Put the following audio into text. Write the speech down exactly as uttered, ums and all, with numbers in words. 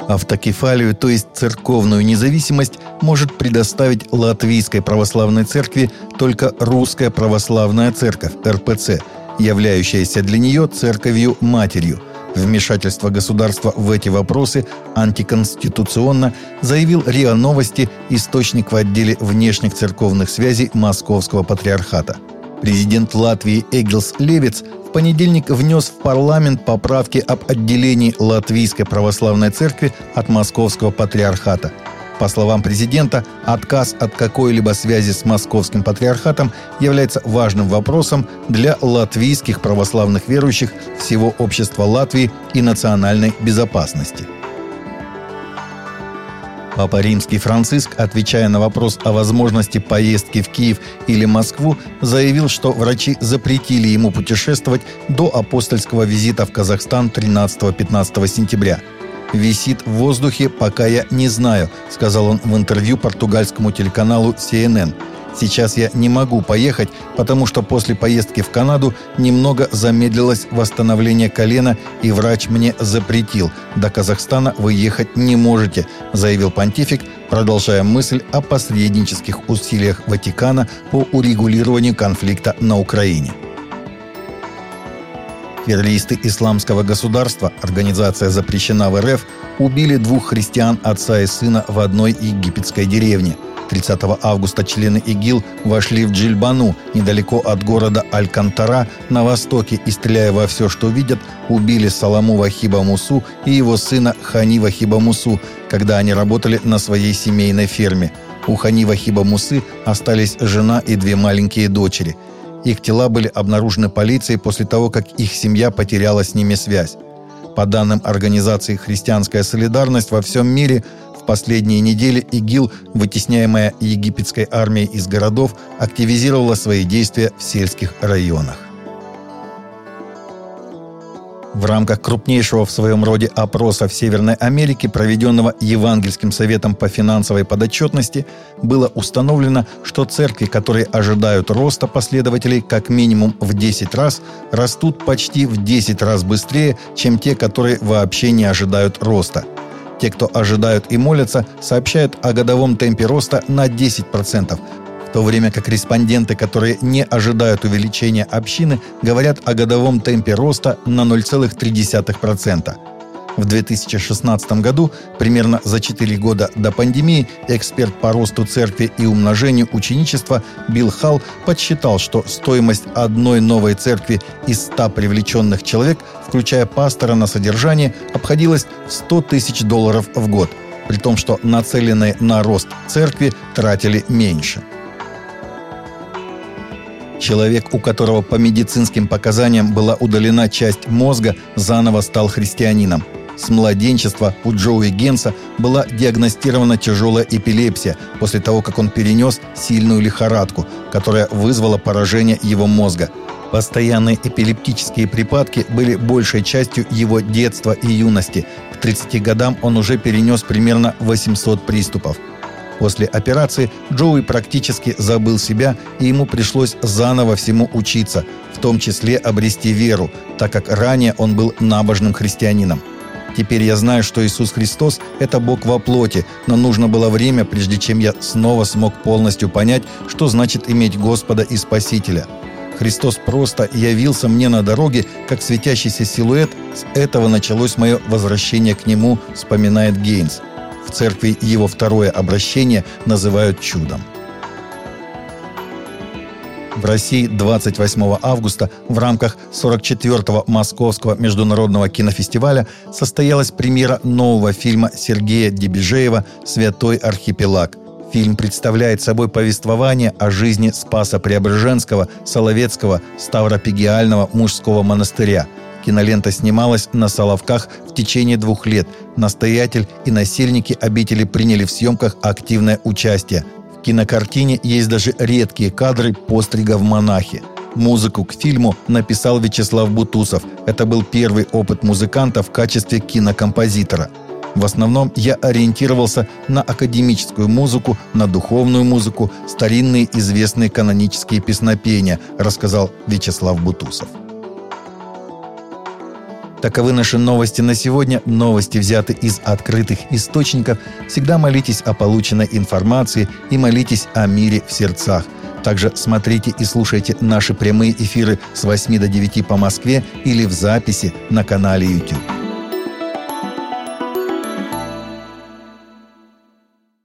Автокефалию, то есть церковную независимость, может предоставить Латвийской православной церкви только Русская православная церковь, эр пэ цэ, являющаяся для нее церковью-матерью. Вмешательство государства в эти вопросы антиконституционно, заявил РИА Новости, источник в отделе внешних церковных связей Московского патриархата. Президент Латвии Эгилс Левитс в понедельник внес в парламент поправки об отделении Латвийской православной церкви от Московского патриархата. По словам президента, отказ от какой-либо связи с Московским патриархатом является важным вопросом для латвийских православных верующих, всего общества Латвии и национальной безопасности. Папа Римский Франциск, отвечая на вопрос о возможности поездки в Киев или Москву, заявил, что врачи запретили ему путешествовать до апостольского визита в Казахстан тринадцатого-пятнадцатого сентября. «Висит в воздухе, пока я не знаю», — сказал он в интервью португальскому телеканалу си эн эн. «Сейчас я не могу поехать, потому что после поездки в Канаду немного замедлилось восстановление колена, и врач мне запретил. До Казахстана вы ехать не можете», — заявил понтифик, продолжая мысль о посреднических усилиях Ватикана по урегулированию конфликта на Украине. Террористы Исламского государства, организация запрещена в эр эф, убили двух христиан, отца и сына, в одной египетской деревне. тридцатого августа члены ИГИЛ вошли в Джильбану, недалеко от города Алькантара, на востоке, и, стреляя во все, что видят, убили Саламу Вахиба Мусу и его сына Хани Вахиба Мусу, когда они работали на своей семейной ферме. У Хани Вахиба Мусы остались жена и две маленькие дочери. Их тела были обнаружены полицией после того, как их семья потеряла с ними связь. По данным организации «Христианская солидарность» во всем мире, в последние недели ИГИЛ, вытесняемая египетской армией из городов, активизировала свои действия в сельских районах. В рамках крупнейшего в своем роде опроса в Северной Америке, проведенного Евангельским советом по финансовой подотчетности, было установлено, что церкви, которые ожидают роста последователей как минимум в десять раз, растут почти в десять раз быстрее, чем те, которые вообще не ожидают роста. Те, кто ожидают и молятся, сообщают о годовом темпе роста на десять процентов, в то время как респонденты, которые не ожидают увеличения общины, говорят о годовом темпе роста на ноль целых три десятых процента. В две тысячи шестнадцатом году, примерно за четыре года до пандемии, эксперт по росту церкви и умножению ученичества Билл Халл подсчитал, что стоимость одной новой церкви из ста привлеченных человек, включая пастора на содержание, обходилась в сто тысяч долларов в год, при том, что нацеленные на рост церкви тратили меньше. Человек, у которого по медицинским показаниям была удалена часть мозга, заново стал христианином. С младенчества у Джоуи Генса была диагностирована тяжелая эпилепсия после того, как он перенес сильную лихорадку, которая вызвала поражение его мозга. Постоянные эпилептические припадки были большей частью его детства и юности. К тридцати годам он уже перенес примерно восемьсот приступов. После операции Джоуи практически забыл себя, и ему пришлось заново всему учиться, в том числе обрести веру, так как ранее он был набожным христианином. «Теперь я знаю, что Иисус Христос – это Бог во плоти, но нужно было время, прежде чем я снова смог полностью понять, что значит иметь Господа и Спасителя. Христос просто явился мне на дороге, как светящийся силуэт. С этого началось мое возвращение к Нему», – вспоминает Гейнс. В церкви его второе обращение называют чудом. В России двадцать восьмого августа в рамках сорок четвёртого Московского международного кинофестиваля состоялась премьера нового фильма Сергея Дебежеева «Святой архипелаг». Фильм представляет собой повествование о жизни Спаса-Преображенского, Соловецкого, Ставропигиального мужского монастыря. Кинолента снималась на Соловках в течение двух лет. Настоятель и насельники обители приняли в съемках активное участие. В кинокартине есть даже редкие кадры пострига в монахи. Музыку к фильму написал Вячеслав Бутусов. Это был первый опыт музыканта в качестве кинокомпозитора. В основном я ориентировался на академическую музыку, на духовную музыку, старинные известные канонические песнопения, рассказал Вячеслав Бутусов. Таковы наши новости на сегодня. Новости взяты из открытых источников. Всегда молитесь о полученной информации и молитесь о мире в сердцах. Также смотрите и слушайте наши прямые эфиры с восьми до девяти по Москве или в записи на канале YouTube.